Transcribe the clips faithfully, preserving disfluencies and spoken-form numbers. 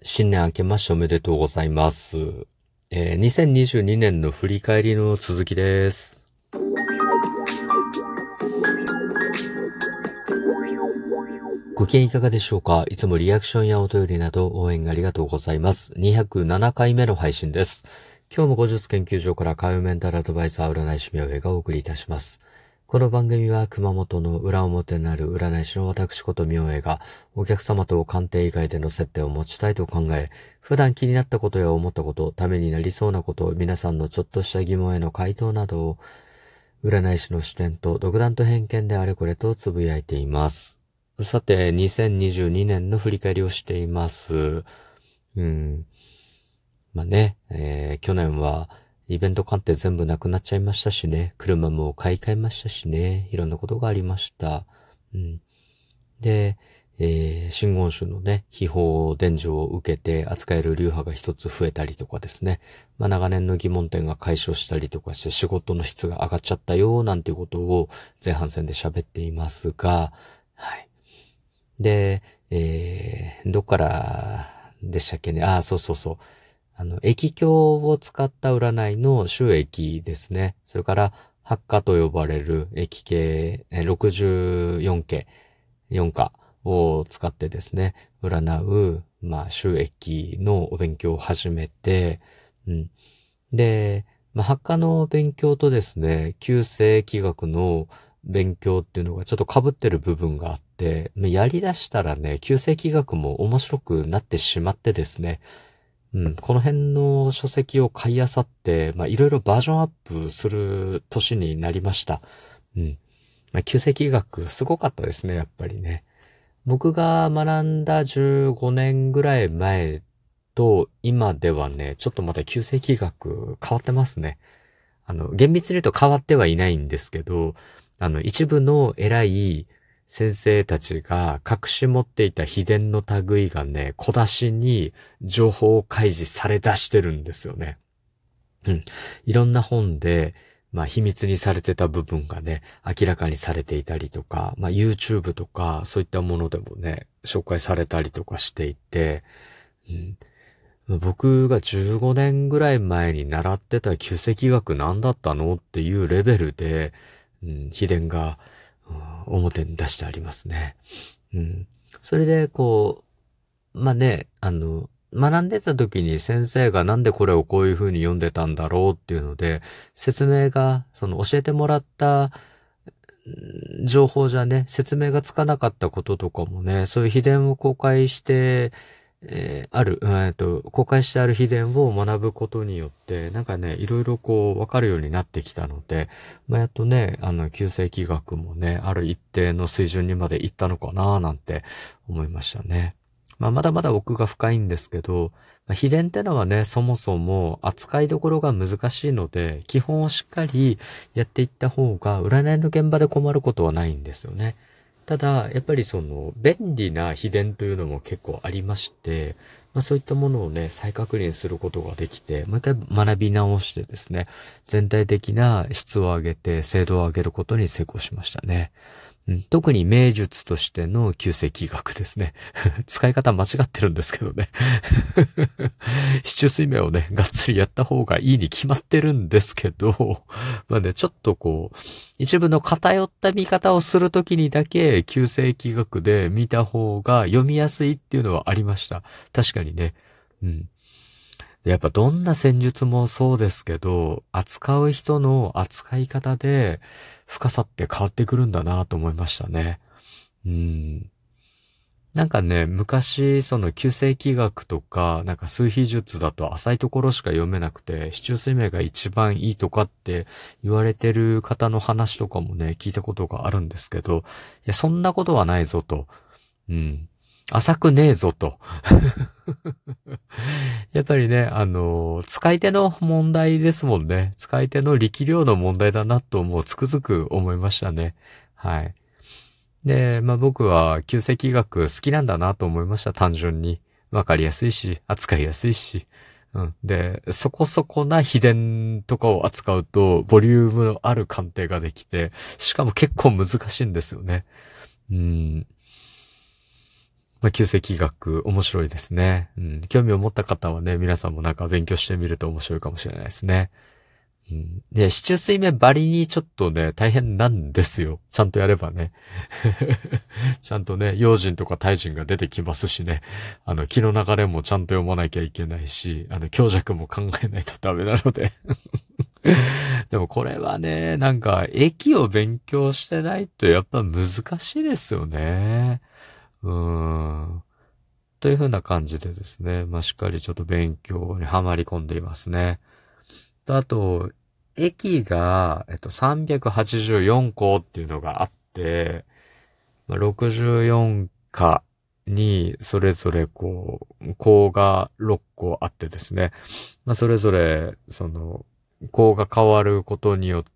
新年明けましておめでとうございます。えー、にせんにじゅうにねんの振り返りの続きです。ご機嫌いかがでしょうか？いつもリアクションやお便りなど応援ありがとうございます。にひゃくななかいめの配信です。今日も後日研究所から海運メンタルアドバイザー占い師明恵がお送りいたします。この番組は熊本の裏表なる占い師の私こと明恵がお客様と鑑定以外での接点を持ちたいと考え、普段気になったことや思ったこと、ためになりそうなこと、皆さんのちょっとした疑問への回答などを占い師の視点と独断と偏見であれこれとつぶやいています。さて、にせんにじゅうにねんの振り返りをしています。うん。まあね、えー、去年はイベント鑑定全部なくなっちゃいましたしね。車も買い替えましたしね。いろんなことがありました。うん。で、えー、真言宗のね、秘宝伝授を受けて扱える流派が一つ増えたりとかですね。まあ長年の疑問点が解消したりとかして仕事の質が上がっちゃったよなんていうことを前半戦で喋っていますが、はい。で、えー、どっからでしたっけね。ああ、そうそうそう。あの、易経を使った占いの収益ですね。それから、八家と呼ばれる易経ろくじゅうよんけ、よんかを使ってですね、占う、まあ、収益のお勉強を始めて、うん。で、まあ、八家の勉強とですね、旧世紀学の勉強っていうのがちょっと被ってる部分があって、やり出したらね、旧世紀学も面白くなってしまってですね、うん、この辺の書籍を買い漁って、まあ、いろいろバージョンアップする年になりました。うん。まあ、旧世紀学すごかったですね、やっぱりね。僕が学んだじゅうごねんぐらい前と今ではね、ちょっとまた旧世紀学変わってますね。あの、厳密に言うと変わってはいないんですけど、あの、一部の偉い先生たちが隠し持っていた秘伝の類がね、小出しに情報開示され出してるんですよね。うん。いろんな本で、まあ秘密にされてた部分がね、明らかにされていたりとか、まあ YouTube とかそういったものでもね、紹介されたりとかしていて、うん、僕がじゅうごねんぐらい前に習ってた旧世紀学何だったのっていうレベルで、うん、秘伝が、うん、表に出してありますね。うん。それで、こう、まあね、あの、学んでた時に先生がなんでこれをこういう風に読んでたんだろうっていうので、説明が、その教えてもらった情報じゃね、説明がつかなかったこととかもね、そういう秘伝を公開して、えー、ある、えっと、公開してある秘伝を学ぶことによって、なんかね、いろいろこう、わかるようになってきたので、まあ、やっとね、あの、旧世紀学もね、ある一定の水準にまで行ったのかななんて思いましたね。まあ、まだまだ奥が深いんですけど、まあ、秘伝ってのはね、そもそも扱いどころが難しいので、基本をしっかりやっていった方が、占いの現場で困ることはないんですよね。ただ、やっぱりその、便利な秘伝というのも結構ありまして、まあそういったものをね、再確認することができて、もう一回学び直してですね、全体的な質を上げて、精度を上げることに成功しましたね。うん、特に名術としての旧世紀学ですね。使い方間違ってるんですけどね。市中水明をね、がっつりやった方がいいに決まってるんですけど、まあね、ちょっとこう、一部の偏った見方をするときにだけ、旧世紀学で見た方が読みやすいっていうのはありました。確かにね。うん。やっぱどんな戦術もそうですけど、扱う人の扱い方で深さって変わってくるんだなと思いましたね。うん。なんかね、昔、その旧世紀学とか、なんか数秘術だと浅いところしか読めなくて、市中水明が一番いいとかって言われてる方の話とかもね、聞いたことがあるんですけど、いや、そんなことはないぞと。うん。浅くねえぞと。やっぱりね、あの、使い手の問題ですもんね。使い手の力量の問題だなともうつくづく思いましたね。はい。で、まあ僕は旧世紀学好きなんだなと思いました。単純に。わかりやすいし、扱いやすいし。うん。で、そこそこな秘伝とかを扱うと、ボリュームのある鑑定ができて、しかも結構難しいんですよね。うん。 まあ、旧世紀学面白いですね。うん。興味を持った方はね、皆さんもなんか勉強してみると面白いかもしれないですね。うん。で、四柱推命バリにちょっとね、大変なんですよ。ちゃんとやればね。ちゃんとね、陽人とか大人が出てきますしね。あの、気の流れもちゃんと読まなきゃいけないし、あの、強弱も考えないとダメなので。でもこれはね、なんか、駅を勉強してないとやっぱ難しいですよね。うーん。というふうな感じでですね、まあ、しっかりちょっと勉強にはまり込んでいますね。とあと、駅が、えっと、さんびゃくはちじゅうよんこっていうのがあって、まあ、ろくじゅうよん課に、それぞれこう、項がろっこあってですね。まあ、それぞれ、その、項が変わることによって、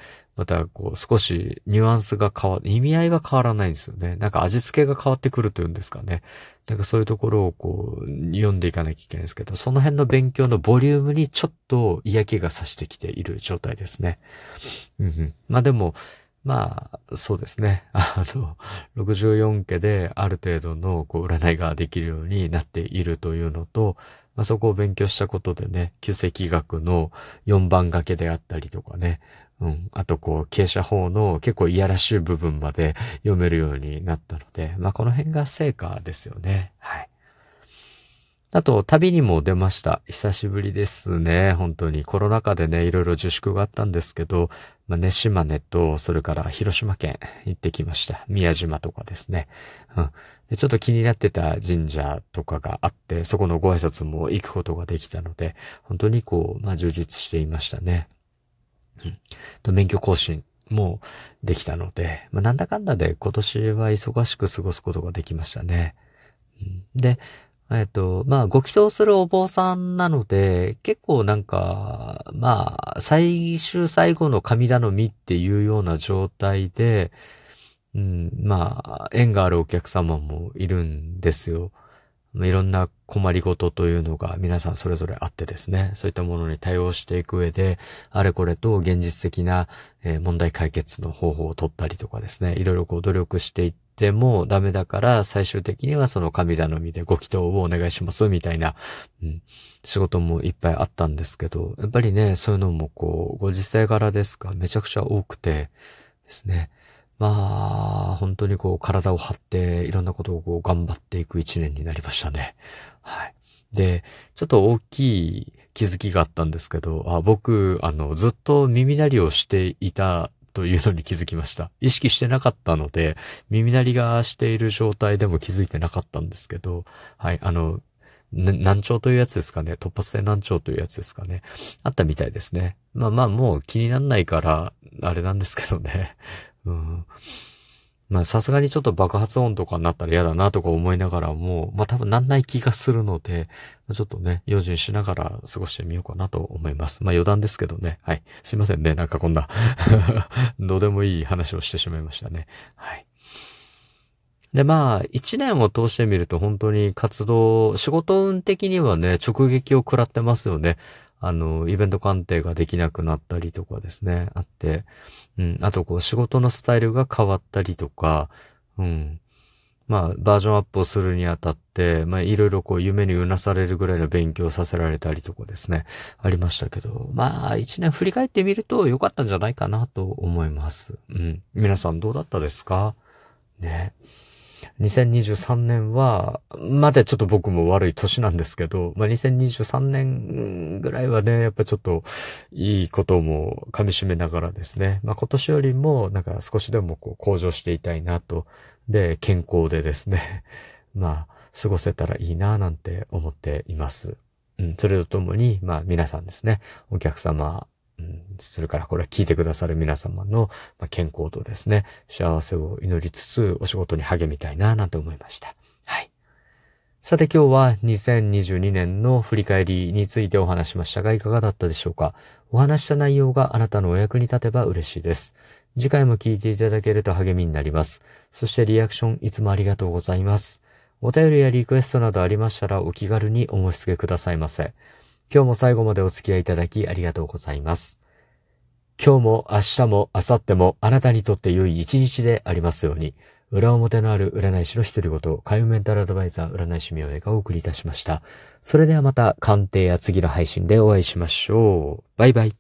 また、こう、少しニュアンスが変わ、意味合いは変わらないんですよね。なんか味付けが変わってくるというんですかね。なんかそういうところをこう、読んでいかなきゃいけないんですけど、その辺の勉強のボリュームにちょっと嫌気がさしてきている状態ですね。うんうん。まあでも、まあ、そうですね。あの、ろくじゅうよん家である程度のこう占いができるようになっているというのと、まあ、そこを勉強したことでね、旧世紀学のよんばん掛けであったりとかね、うん。あとこう、傾斜法の結構いやらしい部分まで読めるようになったので、まあこの辺が成果ですよね。はい。あと、旅にも出ました。久しぶりですね。本当に。コロナ禍でね、いろいろ自粛があったんですけど、まあね、島根と、それから広島県行ってきました。宮島とかですね。うん。で、ちょっと気になってた神社とかがあって、そこのご挨拶も行くことができたので、本当にこう、まあ充実していましたね。うん。と、免許更新もできたので、まあなんだかんだで今年は忙しく過ごすことができましたね。うん、で、えっと、まあ、ご祈祷するお坊さんなので、結構なんか、まあ、最終最後の神頼みっていうような状態で、うん、まあ、縁があるお客様もいるんですよ。いろんな困りごとというのが皆さんそれぞれあってですね、そういったものに対応していく上で、あれこれと現実的な問題解決の方法を取ったりとかですね、いろいろこう努力していってもダメだから最終的にはその神頼みでご祈祷をお願いしますみたいな、うん、仕事もいっぱいあったんですけど、やっぱりね、そういうのもこう、ご時世柄ですか、めちゃくちゃ多くてですね、まあ、本当にこう体を張っていろんなことをこう頑張っていく一年になりましたね。はい。で、ちょっと大きい気づきがあったんですけど、あ、僕、あの、ずっと耳鳴りをしていたというのに気づきました。意識してなかったので、耳鳴りがしている状態でも気づいてなかったんですけど、はい、あの、難聴というやつですかね。突発性難聴というやつですかね。あったみたいですね。まあまあもう気にならないから、あれなんですけどね。うん。まあさすがにちょっと爆発音とかになったら嫌だなとか思いながらも、まあ多分なんない気がするので、ちょっとね、用心しながら過ごしてみようかなと思います。まあ余談ですけどね。はい。すいませんね。なんかこんなどうでもいい話をしてしまいましたね。はい。で、まあ、一年を通してみると本当に活動、仕事運的にはね、直撃を食らってますよね。あの、イベント鑑定ができなくなったりとかですね、あって、うん、あとこう仕事のスタイルが変わったりとか、うん、まあ、バージョンアップをするにあたって、まあ、いろいろこう夢にうなされるぐらいの勉強させられたりとかですね、ありましたけど、まあ、一年振り返ってみると良かったんじゃないかなと思います。うん。皆さんどうだったですかね。にせんにじゅうさんねんは、まだちょっと僕も悪い年なんですけど、まあ、にせんにじゅうさんねんぐらいはね、やっぱちょっといいことも噛み締めながらですね、まあ、今年よりもなんか少しでもこう向上していたいなと、で、健康でですね、まあ、過ごせたらいいななんて思っています。うん、それとともに、まあ皆さんですね、お客様、うん、それからこれ聞いてくださる皆様の健康とですね、幸せを祈りつつお仕事に励みたいななんて思いました。はい。さて今日はにせんにじゅうにねんの振り返りについてお話しましたがいかがだったでしょうか。お話した内容があなたのお役に立てば嬉しいです。次回も聞いていただけると励みになります。そしてリアクションいつもありがとうございます。お便りやリクエストなどありましたらお気軽にお申し付けくださいませ。今日も最後までお付き合いいただきありがとうございます。今日も明日も明後日もあなたにとって良い一日でありますように。 裏表のある占い師の独り言、開運メンタルアドバイザー占い師明恵がお送りいたしました。それではまた鑑定や次の配信でお会いしましょう。バイバイ。